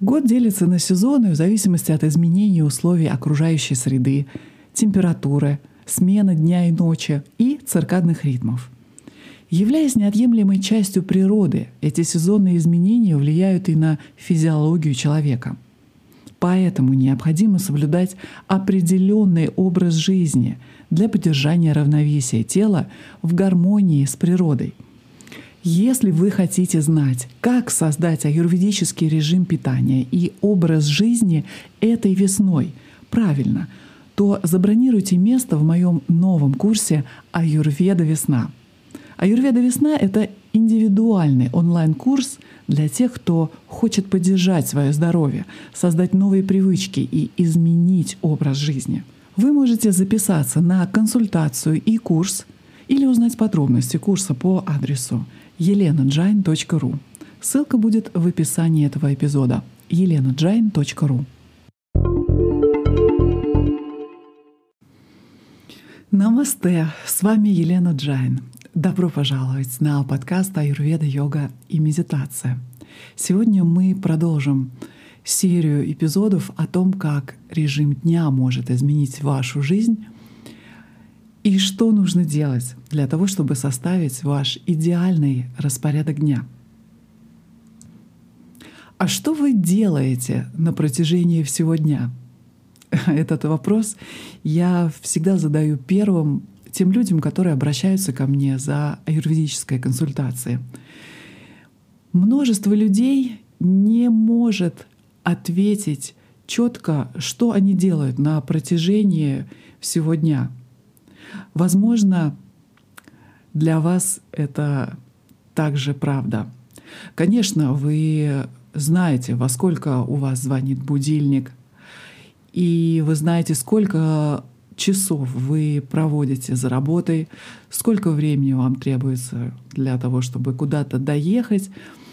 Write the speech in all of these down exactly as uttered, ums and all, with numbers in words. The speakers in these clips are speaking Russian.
Год делится на сезоны в зависимости от изменений условий окружающей среды, температуры, смены дня и ночи и циркадных ритмов. Являясь неотъемлемой частью природы, эти сезонные изменения влияют и на физиологию человека. Поэтому необходимо соблюдать определенный образ жизни для поддержания равновесия тела в гармонии с природой. Если вы хотите знать, как создать аюрведический режим питания и образ жизни этой весной правильно, то забронируйте место в моем новом курсе «Аюрведа весна». «Аюрведа весна» — это индивидуальный онлайн-курс для тех, кто хочет поддержать свое здоровье, создать новые привычки и изменить образ жизни. Вы можете записаться на консультацию и курс или узнать подробности курса по адресу елена джайн точка ру. Ссылка будет в описании этого эпизода. елена джайн точка ру. Намасте! С вами Елена Джайн. Добро пожаловать на подкаст «Аюрведа, йога и медитация». Сегодня мы продолжим серию эпизодов о том, как режим дня может изменить вашу жизнь и что нужно делать для того, чтобы составить ваш идеальный распорядок дня. А что вы делаете на протяжении всего дня? Этот вопрос я всегда задаю первым тем людям, которые обращаются ко мне за аюрведической консультацией. Множество людей не может ответить четко, что они делают на протяжении всего дня. Возможно, для вас это также правда. Конечно, вы знаете, во сколько у вас звонит будильник, и вы знаете, сколько часов вы проводите за работой, сколько времени вам требуется для того, чтобы куда-то доехать.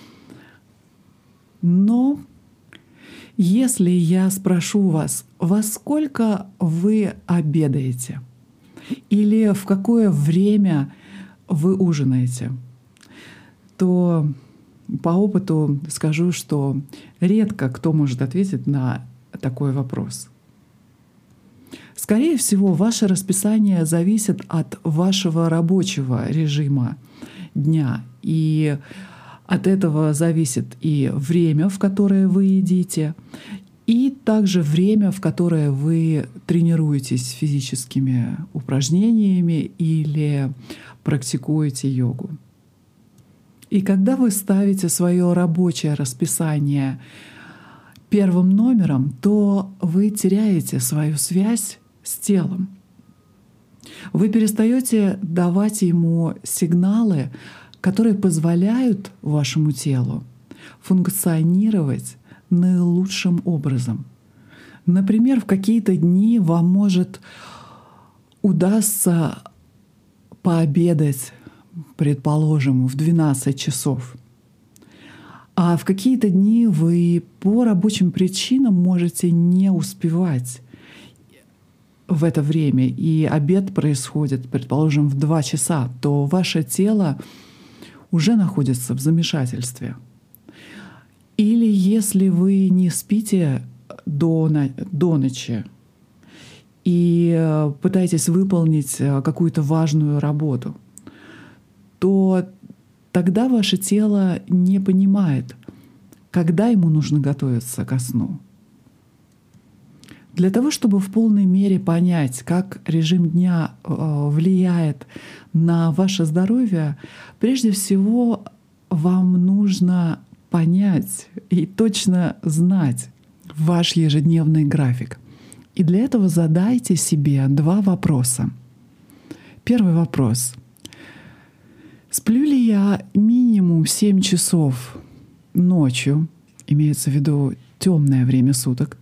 Но если я спрошу вас, во сколько вы обедаете или в какое время вы ужинаете, то по опыту скажу, что редко кто может ответить на такой вопрос. Скорее всего, ваше расписание зависит от вашего рабочего режима дня, и от этого зависит и время, в которое вы едите, и также время, в которое вы тренируетесь физическими упражнениями или практикуете йогу. И когда вы ставите свое рабочее расписание первым номером, то вы теряете свою связь с телом. Вы перестаете давать ему сигналы, которые позволяют вашему телу функционировать наилучшим образом. Например, в какие-то дни вам может удастся пообедать, предположим, в двенадцать часов. А в какие-то дни вы по рабочим причинам можете не успевать в это время, и обед происходит, предположим, в два часа, то ваше тело уже находится в замешательстве. Или если вы не спите до, до ночи и пытаетесь выполнить какую-то важную работу, то тогда ваше тело не понимает, когда ему нужно готовиться ко сну. Для того, чтобы в полной мере понять, как режим дня влияет на ваше здоровье, прежде всего вам нужно понять и точно знать ваш ежедневный график. И для этого задайте себе два вопроса. Первый вопрос. Сплю ли я минимум семь часов ночью, имеется в виду темное время суток?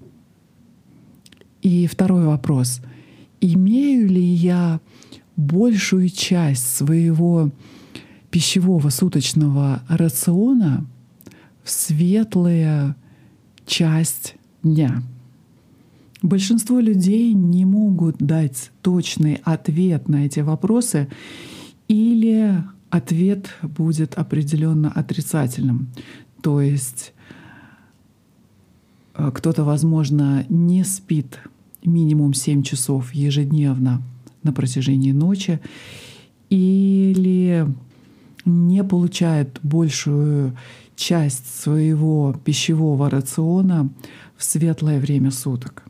И второй вопрос. Имею ли я большую часть своего пищевого суточного рациона в светлая часть дня? Большинство людей не могут дать точный ответ на эти вопросы, или ответ будет определенно отрицательным. То есть Кто-то, возможно, не спит минимум семь часов ежедневно на протяжении ночи или не получает большую часть своего пищевого рациона в светлое время суток.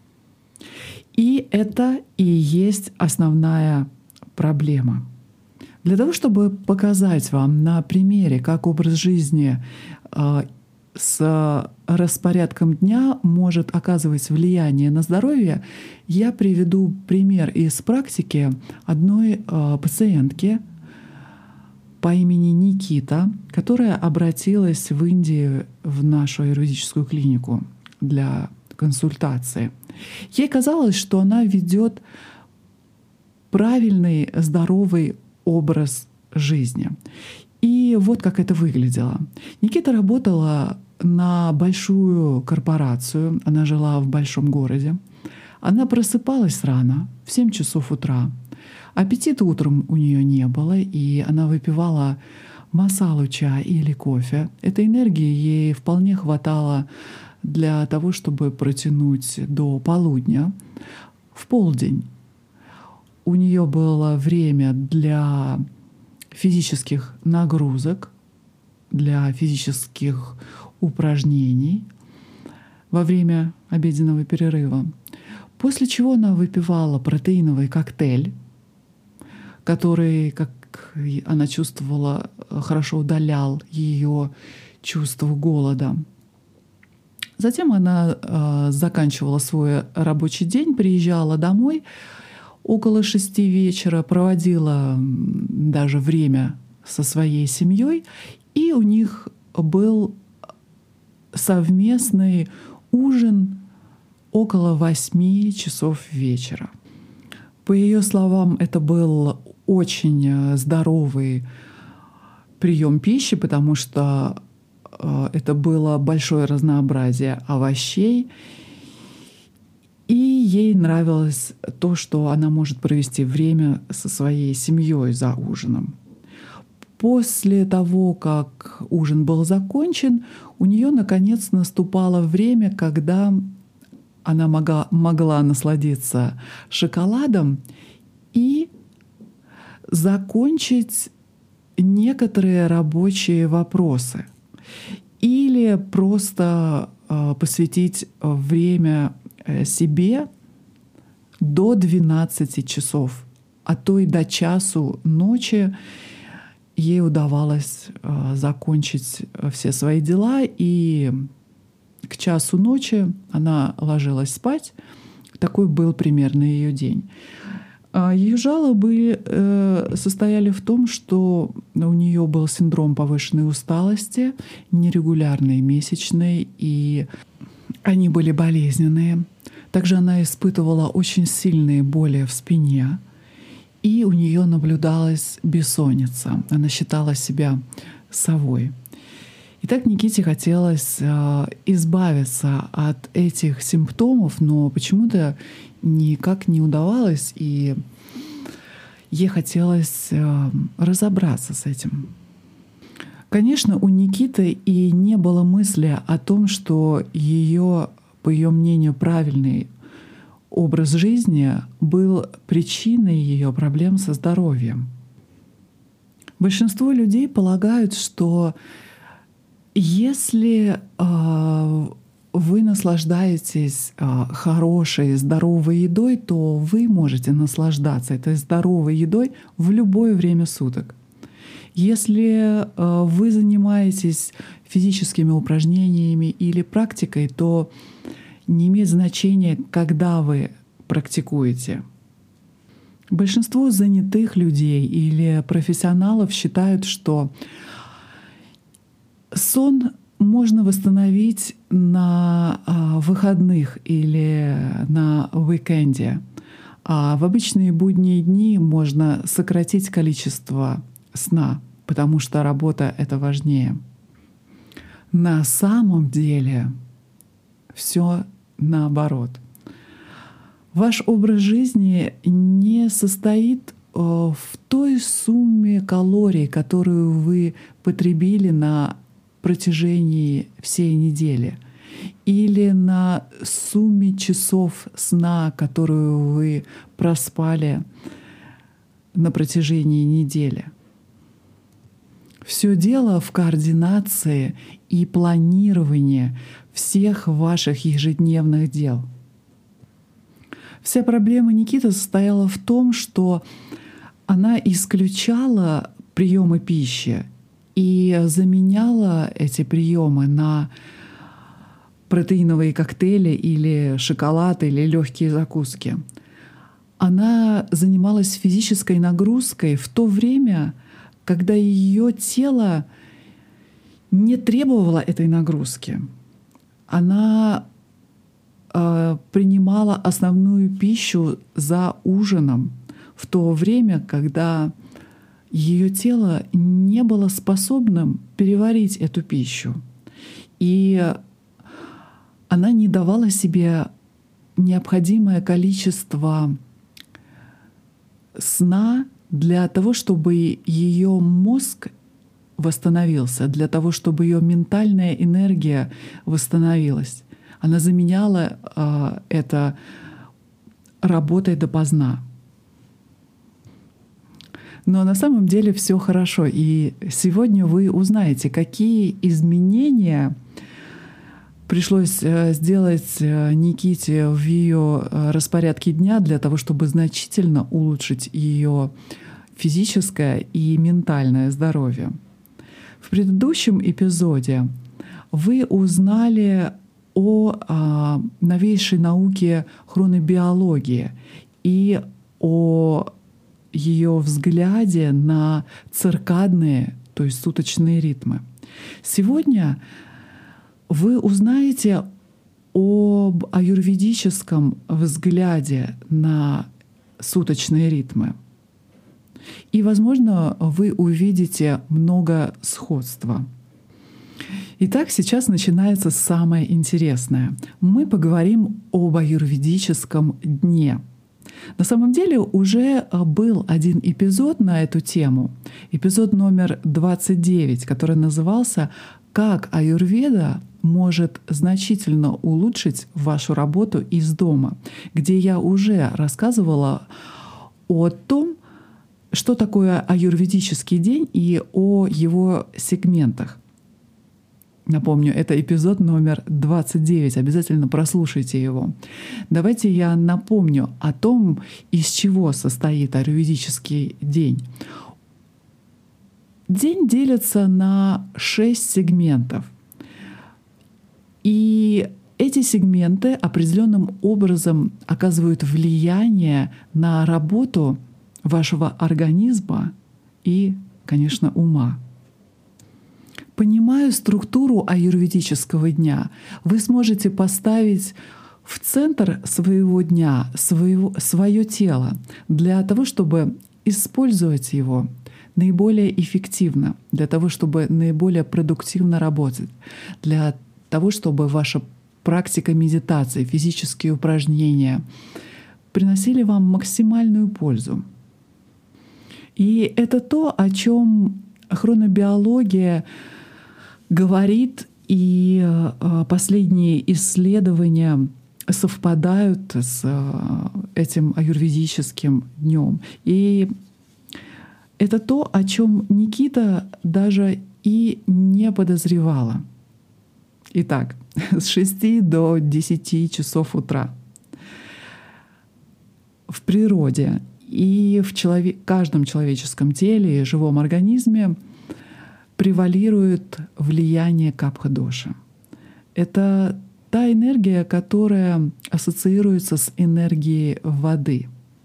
И это и есть основная проблема. Для того, чтобы показать вам на примере, как образ жизни э, с распорядком дня может оказывать влияние на здоровье, я приведу пример из практики одной э, пациентки по имени Никита, которая обратилась в Индии в нашу аюрведическую клинику для консультации. Ей казалось, что она ведет правильный, здоровый образ жизни. И вот как это выглядело. Никита работала на большую корпорацию, она жила в большом городе. Она просыпалась рано, в семь часов утра. Аппетита утром у нее не было, и она выпивала масалу чай или кофе. Этой энергии ей вполне хватало для того, чтобы протянуть до полудня. В полдень у нее было время для физических нагрузок, для физических упражнений во время обеденного перерыва. После чего она выпивала протеиновый коктейль, который, как она чувствовала, хорошо удалял ее чувство голода. Затем она э, заканчивала свой рабочий день, приезжала домой около шести вечера, проводила даже время со своей семьей, и у них был совместный ужин около восьми часов вечера. По ее словам, это был очень здоровый прием пищи, потому что это было большое разнообразие овощей, и ей нравилось то, что она может провести время со своей семьей за ужином. После того, как ужин был закончен, у нее наконец наступало время, когда она могла, могла насладиться шоколадом и закончить некоторые рабочие вопросы или просто э, посвятить время себе до двенадцати часов, а то и до часу ночи ей удавалось э, закончить все свои дела, и к часу ночи она ложилась спать. Такой был примерно ее день. Ее жалобы э, состояли в том, что у нее был синдром повышенной усталости, нерегулярные месячные, и они были болезненные. Также она испытывала очень сильные боли в спине, и у нее наблюдалась бессонница. Она считала себя совой. Итак, Никите хотелось э, избавиться от этих симптомов, но почему-то никак не удавалось, и ей хотелось э, разобраться с этим. Конечно, у Никиты и не было мысли о том, что ее, по ее мнению, правильный образ жизни был причиной ее проблем со здоровьем. Большинство людей полагают, что если э, вы наслаждаетесь э, хорошей, здоровой едой, то вы можете наслаждаться этой здоровой едой в любое время суток. Если э, вы занимаетесь физическими упражнениями или практикой, то не имеет значения, когда вы практикуете. Большинство занятых людей или профессионалов считают, что сон можно восстановить на а, выходных или на уикенде, а в обычные будние дни можно сократить количество сна, потому что работа — это важнее. На самом деле все наоборот. Ваш образ жизни не состоит в той сумме калорий, которую вы потребили на протяжении всей недели. или на сумме часов сна, которую вы проспали на протяжении недели. Все дело в координации и планировании всех ваших ежедневных дел. Вся проблема Никиты состояла в том, что она исключала приемы пищи и заменяла эти приемы на протеиновые коктейли или шоколад или легкие закуски. Она занималась физической нагрузкой в то время, когда ее тело не требовало этой нагрузки. Она э, принимала основную пищу за ужином в то время, когда ее тело не было способным переварить эту пищу. И она не давала себе необходимое количество сна для того, чтобы ее мозг восстановился, для того, чтобы ее ментальная энергия восстановилась. Она заменяла э, это работой допоздна. Но на самом деле все хорошо. И сегодня вы узнаете, какие изменения пришлось сделать Никите в ее распорядке дня для того, чтобы значительно улучшить ее физическое и ментальное здоровье. В предыдущем эпизоде вы узнали о а, новейшей науке хронобиологии и о ее взгляде на циркадные, то есть суточные ритмы. Сегодня вы узнаете об аюрведическом взгляде на суточные ритмы. И, возможно, вы увидите много сходства. Итак, сейчас начинается самое интересное. Мы поговорим об аюрведическом дне. На самом деле уже был один эпизод на эту тему, эпизод номер двадцать девять, который назывался «Как аюрведа может значительно улучшить вашу работу из дома», где я уже рассказывала о том, что такое аюрведический день и о его сегментах. Напомню, это эпизод номер двадцать девять. Обязательно прослушайте его. Давайте я напомню о том, из чего состоит аюрведический день. День делится на шесть сегментов. И эти сегменты определенным образом оказывают влияние на работу вашего организма и, конечно, ума. Понимая структуру аюрведического дня, вы сможете поставить в центр своего дня своего, свое тело для того, чтобы использовать его наиболее эффективно, для того, чтобы наиболее продуктивно работать, для того, чтобы ваша практика медитации, физические упражнения приносили вам максимальную пользу. И это то, о чем хронобиология говорит, и последние исследования совпадают с этим аюрведическим днем. И это то, о чем Никита даже и не подозревала. Итак, с шести до десяти часов утра в природе и в человек, каждом человеческом теле и живом организме превалирует влияние капха-доши. Это та энергия, которая ассоциируется с энергией воды.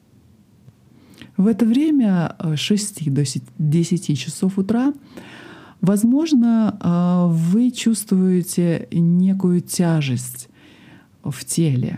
В это время с шести до десяти часов утра, возможно, вы чувствуете некую тяжесть в теле.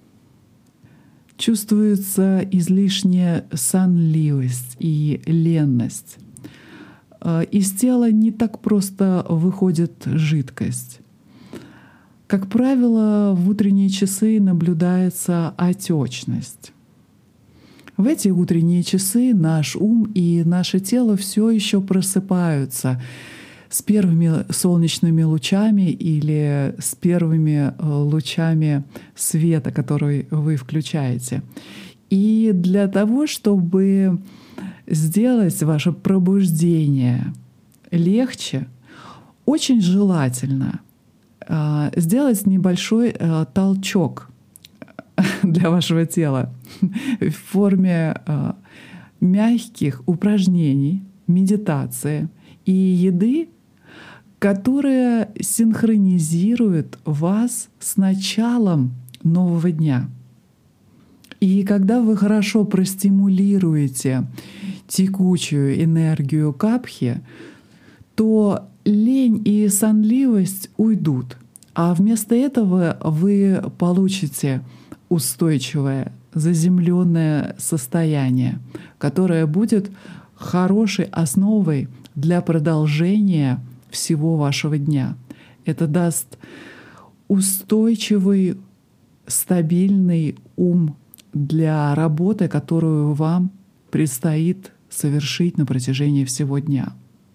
Чувствуется излишняя сонливость и ленность. Из тела не так просто выходит жидкость. Как правило, в утренние часы наблюдается отечность. В эти утренние часы наш ум и наше тело все еще просыпаются с первыми солнечными лучами или с первыми лучами света, который вы включаете. И для того, чтобы сделать ваше пробуждение легче, очень желательно сделать небольшой толчок для вашего тела в форме мягких упражнений, медитации и еды, которая синхронизирует вас с началом нового дня. И когда вы хорошо простимулируете текучую энергию капхи, то лень и сонливость уйдут, а вместо этого вы получите устойчивое, заземленное состояние, которое будет хорошей основой для продолжения всего вашего дня. Это даст устойчивый, стабильный ум для работы, которую вам предстоит совершить на протяжении всего дня.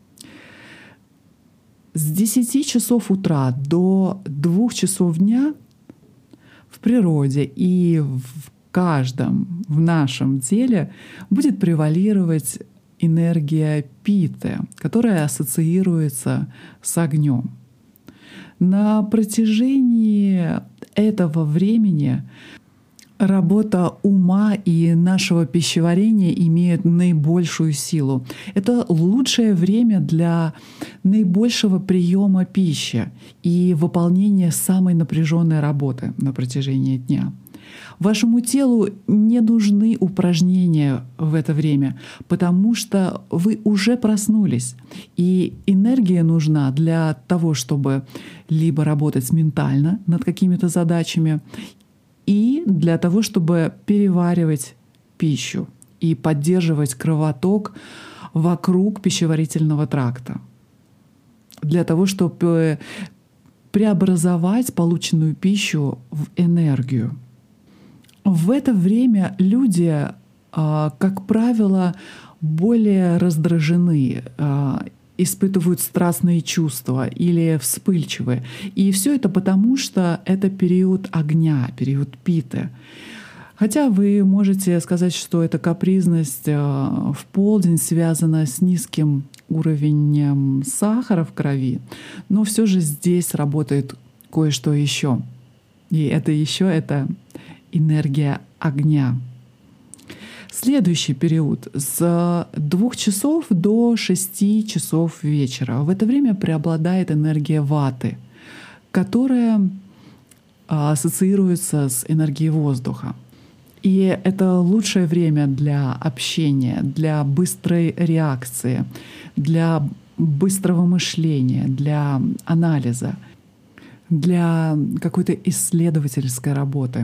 С десяти часов утра до двух часов дня в природе и в каждом, в нашем теле будет превалировать энергия питы, которая ассоциируется с огнем. На протяжении этого времени работа ума и нашего пищеварения имеет наибольшую силу. Это лучшее время для наибольшего приема пищи и выполнения самой напряженной работы на протяжении дня. Вашему телу не нужны упражнения в это время, потому что вы уже проснулись, и энергия нужна для того, чтобы либо работать ментально над какими-то задачами, и для того, чтобы переваривать пищу и поддерживать кровоток вокруг пищеварительного тракта, для того, чтобы преобразовать полученную пищу в энергию. В это время люди, как правило, более раздражены, испытывают страстные чувства или вспыльчивы. И все это потому, что это период огня, период питы. Хотя вы можете сказать, что эта капризность в полдень связана с низким уровнем сахара в крови, но все же здесь работает кое-что еще. И это еще это энергия огня. Следующий период с двух часов до шести часов вечера. В это время преобладает энергия ваты, которая ассоциируется с энергией воздуха. И это лучшее время для общения, для быстрой реакции, для быстрого мышления, для анализа, для какой-то исследовательской работы.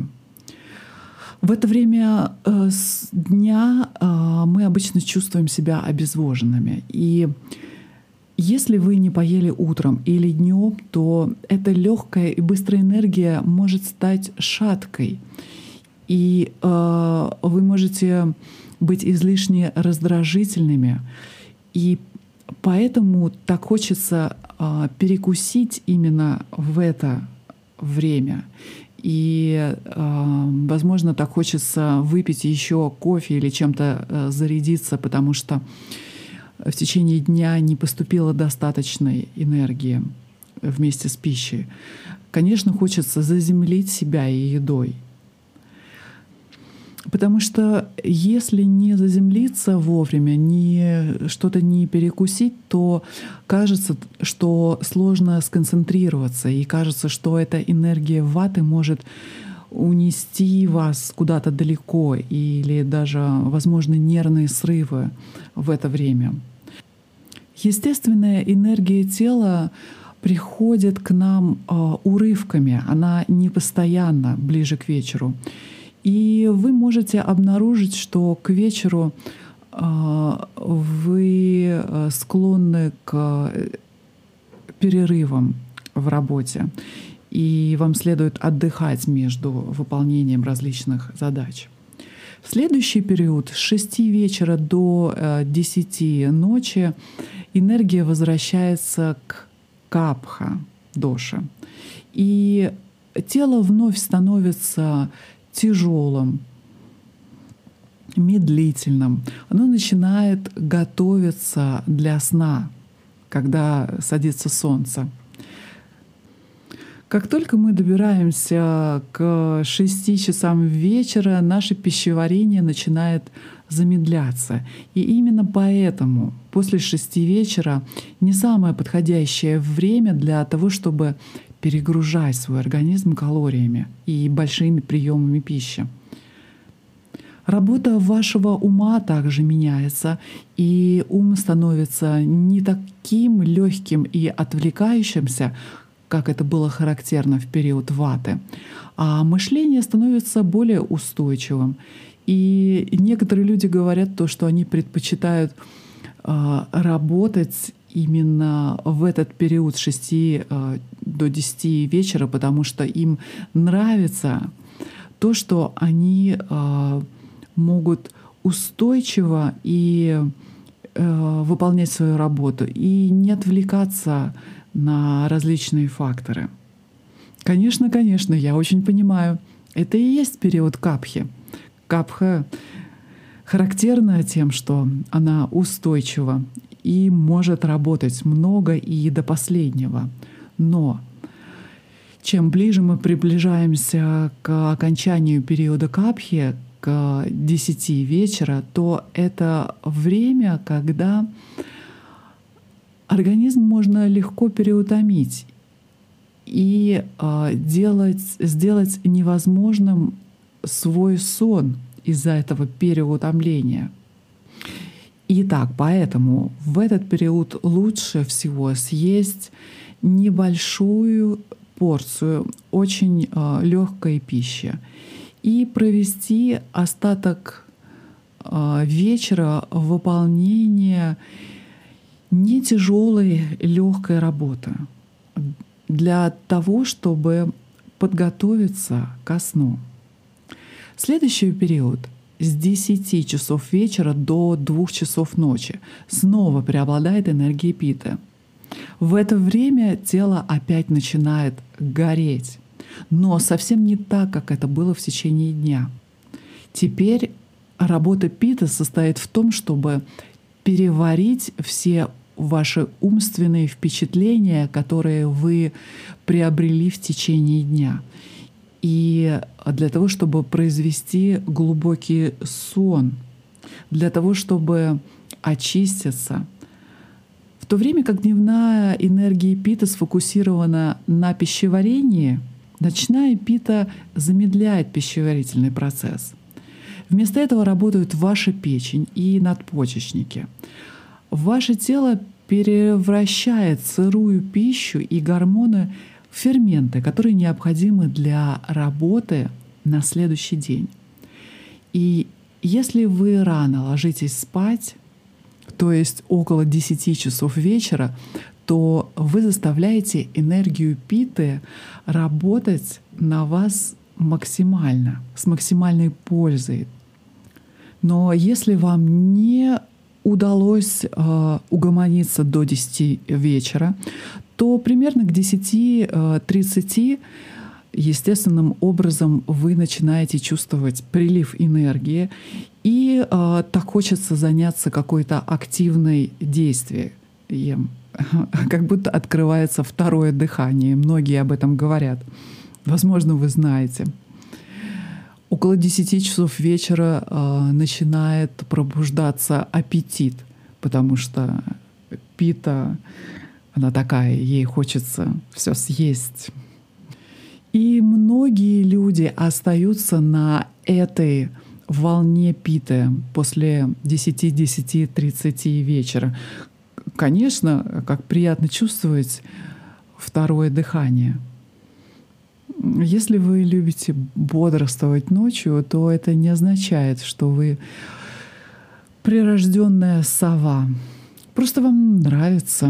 В это время э, дня э, мы обычно чувствуем себя обезвоженными. И если вы не поели утром или днем, то эта легкая и быстрая энергия может стать шаткой. И э, вы можете быть излишне раздражительными. И поэтому так хочется э, перекусить именно в это время. И, э, возможно, так хочется выпить еще кофе или чем-то э, зарядиться, потому что в течение дня не поступило достаточной энергии вместе с пищей. Конечно, хочется заземлить себя и едой. Потому что если не заземлиться вовремя, не, что-то не перекусить, то кажется, что сложно сконцентрироваться, и кажется, что эта энергия ваты может унести вас куда-то далеко, или даже, возможно, нервные срывы в это время. Естественная энергия тела приходит к нам э, урывками, она не постоянно, ближе к вечеру. И вы можете обнаружить, что к вечеру э, вы склонны к перерывам в работе, и вам следует отдыхать между выполнением различных задач. В следующий период с шести вечера до десяти ночи энергия возвращается к капха доше. И тело вновь становится тяжелым, медлительным. Оно начинает готовиться для сна, когда садится солнце. Как только мы добираемся к шести часам вечера, наше пищеварение начинает замедляться. И именно поэтому после шести вечера не самое подходящее время для того, чтобы перегружать свой организм калориями и большими приемами пищи. Работа вашего ума также меняется, и ум становится не таким легким и отвлекающимся, как это было характерно в период ваты, а мышление становится более устойчивым. И некоторые люди говорят то, что они предпочитают э, работать именно в этот период с шести э, до десяти вечера, потому что им нравится то, что они э, могут устойчиво и э, выполнять свою работу и не отвлекаться на различные факторы. Конечно, конечно, я очень понимаю. Это и есть период капхи. Капха характерна тем, что она устойчива и может работать много и до последнего. Но чем ближе мы приближаемся к окончанию периода капхи, к десяти вечера, то это время, когда организм можно легко переутомить и э, делать, сделать невозможным свой сон из-за этого переутомления. Итак, поэтому в этот период лучше всего съесть небольшую порцию очень э, легкой пищи и провести остаток э, вечера в выполнении не тяжелой, легкой работы для того, чтобы подготовиться ко сну. Следующий период с десяти часов вечера до двух часов ночи снова преобладает энергия питы. В это время тело опять начинает гореть, но совсем не так, как это было в течение дня. Теперь работа питы состоит в том, чтобы переварить все ваши умственные впечатления, которые вы приобрели в течение дня. И для того, чтобы произвести глубокий сон, для того, чтобы очиститься, в то время как дневная энергия пита сфокусирована на пищеварении, ночная пита замедляет пищеварительный процесс. Вместо этого работают ваша печень и надпочечники. Ваше тело превращает сырую пищу и гормоны в ферменты, которые необходимы для работы на следующий день. И если вы рано ложитесь спать, то есть около десяти часов вечера, то вы заставляете энергию питы работать на вас максимально, с максимальной пользой. Но если вам не удалось э, угомониться до десяти вечера, то примерно к десяти тридцати естественным образом вы начинаете чувствовать прилив энергии, и э, так хочется заняться какой-то активной действием. Как будто открывается второе дыхание. Многие об этом говорят. Возможно, вы знаете. Около десяти часов вечера э, начинает пробуждаться аппетит, потому что пита, она такая, ей хочется все съесть. И многие люди остаются на этой волне питы после десяти тридцати вечера. Конечно, как приятно чувствовать второе дыхание. Если вы любите бодрствовать ночью, то это не означает, что вы прирожденная сова. Просто вам нравится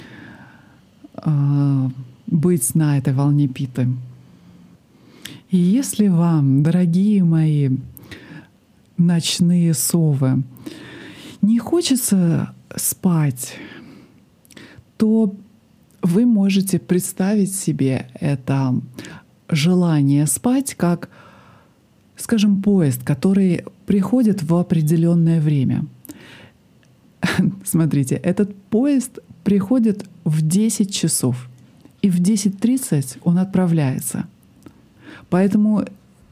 э, быть на этой волне питы. И если вам, дорогие мои, ночные совы, не хочется спать, то вы можете представить себе это желание спать как, скажем, поезд, который приходит в определенное время. Смотрите, этот поезд приходит в десять часов, и в десять тридцать он отправляется. Поэтому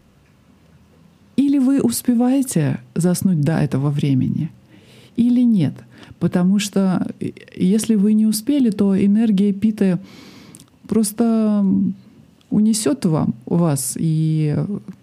или вы успеваете заснуть до этого времени, или нет. Потому что если вы не успели, то энергия Питы просто унесет вам, вас, и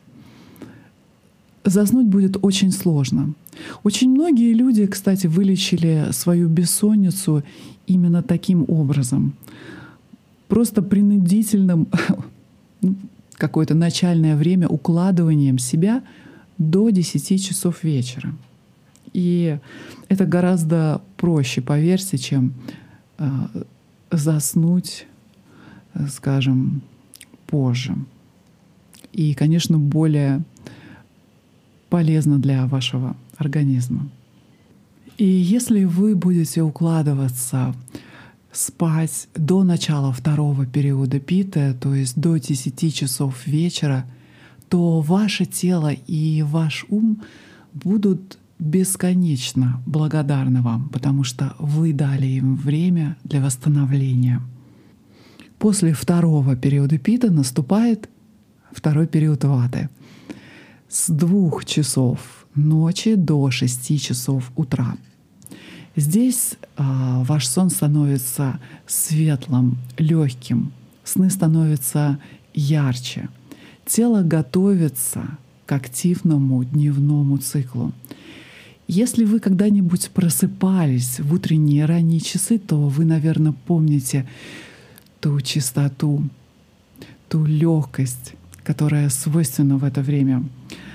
заснуть будет очень сложно. Очень многие люди, кстати, вылечили свою бессонницу именно таким образом. Просто принудительным какое-то начальное время укладыванием себя до десяти часов вечера. И это гораздо проще, поверьте, чем э, заснуть, скажем, позже. И, конечно, более полезно для вашего организма. И если вы будете укладываться спать до начала второго периода Питы, то есть до десяти часов вечера, то ваше тело и ваш ум будут бесконечно благодарны вам, потому что вы дали им время для восстановления. После второго периода Питы наступает второй период Ваты. С двух часов ночи до шести часов утра. Здесь а, ваш сон становится светлым, легким, сны становятся ярче. Тело готовится к активному дневному циклу. Если вы когда-нибудь просыпались в утренние ранние часы, то вы, наверное, помните ту чистоту, ту легкость, которая свойственна в это время.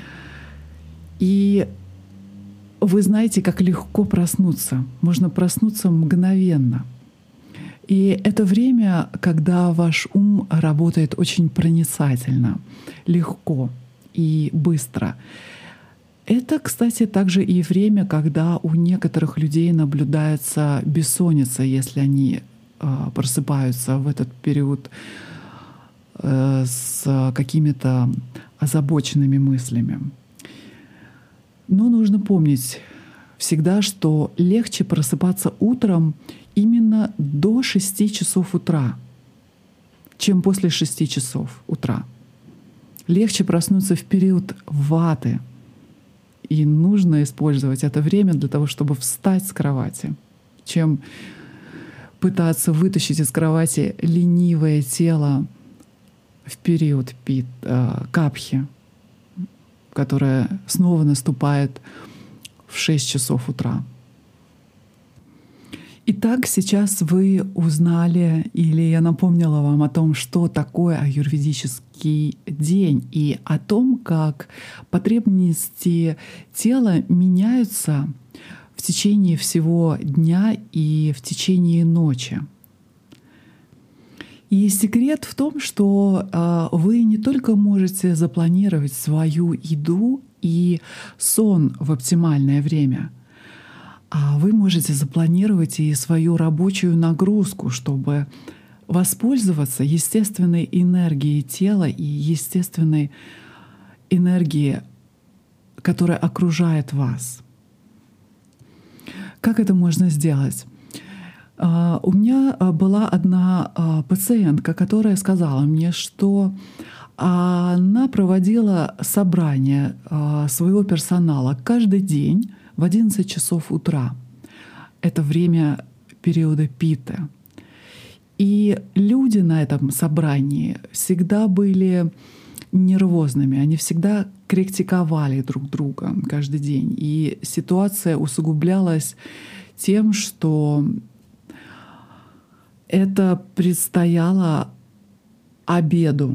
И вы знаете, как легко проснуться. Можно проснуться мгновенно. И это время, когда ваш ум работает очень проницательно, легко и быстро. Это, кстати, также и время, когда у некоторых людей наблюдается бессонница, если они э, просыпаются в этот период э, с какими-то озабоченными мыслями. Но нужно помнить всегда, что легче просыпаться утром именно до шести часов утра, чем после шести часов утра. Легче проснуться в период ваты, и нужно использовать это время для того, чтобы встать с кровати, чем пытаться вытащить из кровати ленивое тело в период пит, э, капхи, которая снова наступает в шесть часов утра. Итак, сейчас вы узнали, или я напомнила вам о том, что такое аюрведический день, и о том, как потребности тела меняются в течение всего дня и в течение ночи. И секрет в том, что э, вы не только можете запланировать свою еду и сон в оптимальное время, а вы можете запланировать и свою рабочую нагрузку, чтобы воспользоваться естественной энергией тела и естественной энергией, которая окружает вас. Как это можно сделать? Uh, у меня uh, была одна uh, пациентка, которая сказала мне, что она проводила собрание uh, своего персонала каждый день в одиннадцать часов утра. Это время периода Питы. И люди на этом собрании всегда были нервозными, они всегда критиковали друг друга каждый день. И ситуация усугублялась тем, что это предстояло обеду,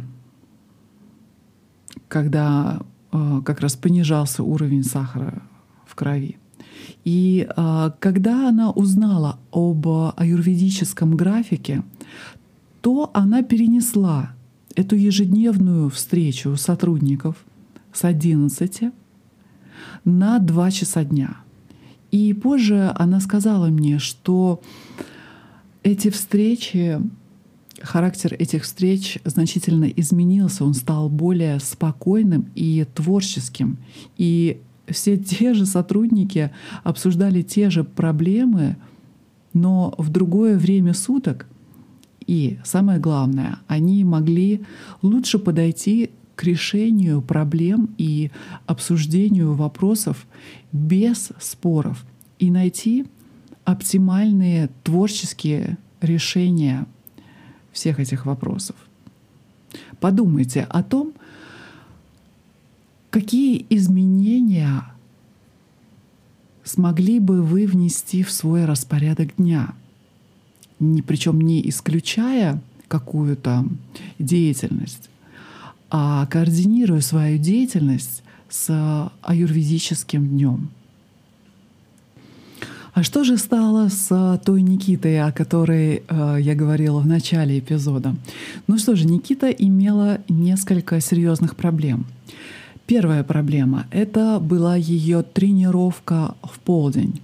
когда э, как раз понижался уровень сахара в крови. И э, когда она узнала об аюрведическом графике, то она перенесла эту ежедневную встречу сотрудников с одиннадцати на два часа дня. И позже она сказала мне, что эти встречи, характер этих встреч значительно изменился, он стал более спокойным и творческим. И все те же сотрудники обсуждали те же проблемы, но в другое время суток. И самое главное, они могли лучше подойти к решению проблем и обсуждению вопросов без споров и найти оптимальные творческие решения всех этих вопросов. Подумайте о том, какие изменения смогли бы вы внести в свой распорядок дня, ни, причем не исключая какую-то деятельность, а координируя свою деятельность с аюрведическим днем. А что же стало с той Никитой, о которой э, я говорила в начале эпизода? Ну что же, Никита имела несколько серьезных проблем. Первая проблема — это была ее тренировка в полдень,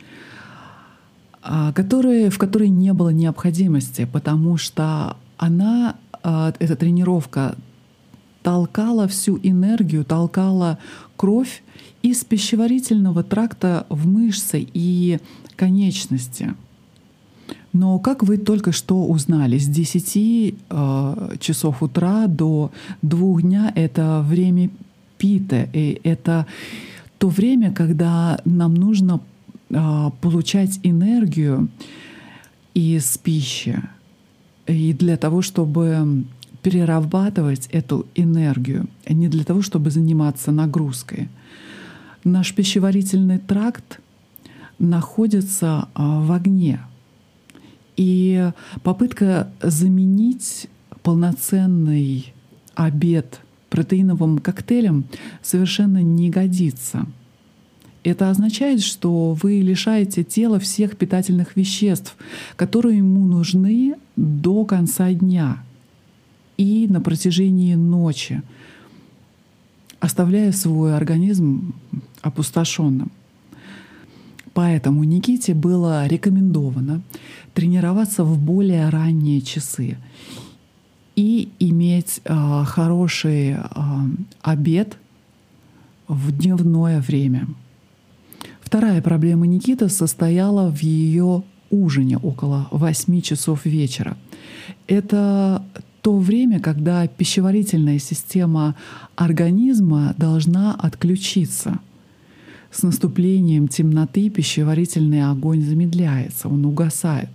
который, в которой не было необходимости, потому что она, эта тренировка толкала всю энергию, толкала кровь из пищеварительного тракта в мышцы и конечности. Но, как вы только что узнали, с десяти э, часов утра до двух дня — это время пита, и это то время, когда нам нужно э, получать энергию из пищи, и для того, чтобы перерабатывать эту энергию, а не для того, чтобы заниматься нагрузкой. Наш пищеварительный тракт находится в огне. И попытка заменить полноценный обед протеиновым коктейлем совершенно не годится. Это означает, что вы лишаете тело всех питательных веществ, которые ему нужны до конца дня и на протяжении ночи, оставляя свой организм опустошенным. Поэтому Никите было рекомендовано тренироваться в более ранние часы и иметь э, хороший э, обед в дневное время. Вторая проблема Никиты состояла в ее ужине около восьми часов вечера. Это то время, когда пищеварительная система организма должна отключиться. С наступлением темноты пищеварительный огонь замедляется, он угасает.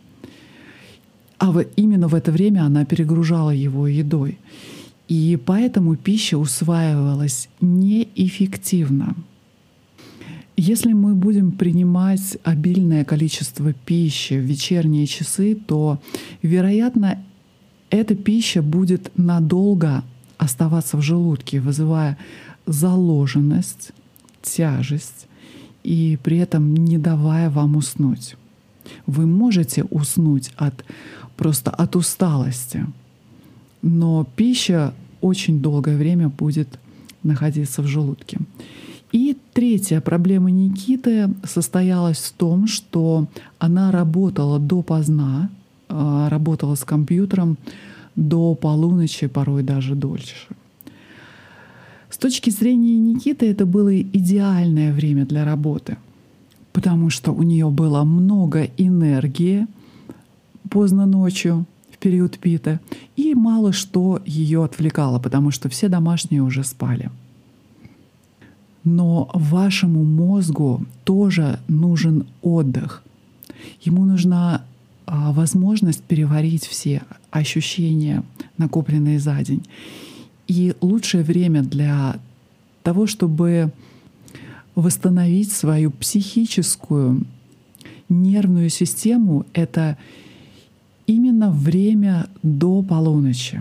А в, именно в это время она перегружала его едой. И поэтому пища усваивалась неэффективно. Если мы будем принимать обильное количество пищи в вечерние часы, то, вероятно, эта пища будет надолго оставаться в желудке, вызывая заложенность, тяжесть и при этом не давая вам уснуть. Вы можете уснуть от, просто от усталости, но пища очень долгое время будет находиться в желудке. И третья проблема Никиты состоялась в том, что она работала допоздна, работала с компьютером до полуночи, порой даже дольше. С точки зрения Никиты это было идеальное время для работы, потому что у нее было много энергии поздно ночью, в период пита, и мало что ее отвлекало, потому что все домашние уже спали. Но вашему мозгу тоже нужен отдых. Ему нужна а, возможность переварить все ощущения, накопленные за день. И лучшее время для того, чтобы восстановить свою психическую нервную систему, это именно время до полуночи.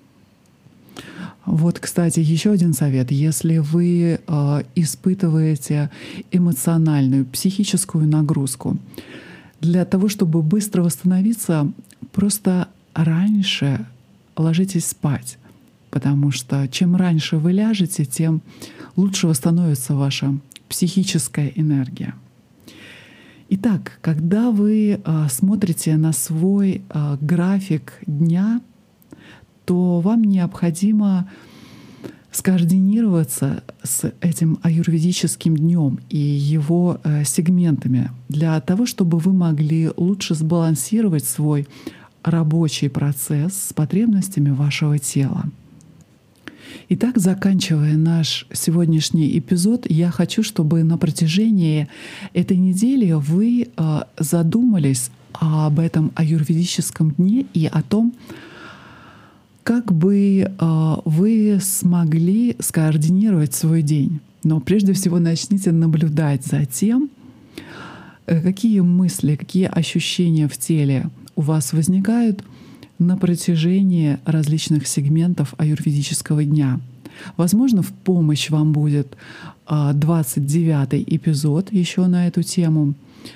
Вот, кстати, еще один совет. Если вы э, испытываете эмоциональную, психическую нагрузку, для того, чтобы быстро восстановиться, просто раньше ложитесь спать. потому что чем раньше вы ляжете, тем лучше восстановится ваша психическая энергия. Итак, когда вы а, смотрите на свой а, график дня, то вам необходимо скоординироваться с этим аюрведическим днем и его э, сегментами для того, чтобы вы могли лучше сбалансировать свой рабочий процесс с потребностями вашего тела. Итак, заканчивая наш сегодняшний эпизод, я хочу, чтобы на протяжении этой недели вы э, задумались об этом аюрведическом дне и о том, как бы э, вы смогли скоординировать свой день. Но прежде всего начните наблюдать за тем, какие мысли, какие ощущения в теле у вас возникают на протяжении различных сегментов аюрведического дня. Возможно, в помощь вам будет э, двадцать девятый эпизод еще на эту тему.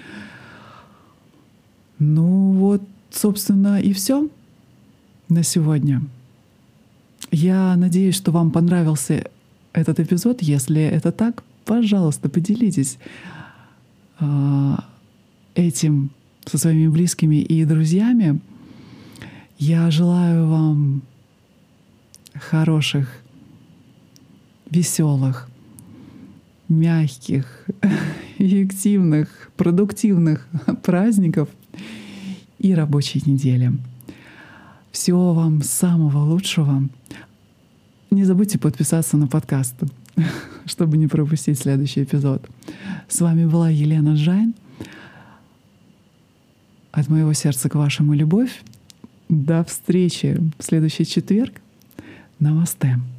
Ну вот, собственно, и все на сегодня. Я надеюсь, что вам понравился этот эпизод. Если это так, пожалуйста, поделитесь э, этим со своими близкими и друзьями. Я желаю вам хороших, веселых, мягких, эффективных, продуктивных праздников и рабочей недели. Всего вам самого лучшего. Не забудьте подписаться на подкаст, чтобы не пропустить следующий эпизод. С вами была Елена Жайн. От моего сердца к вашему любовь. До встречи в следующий четверг. Намасте.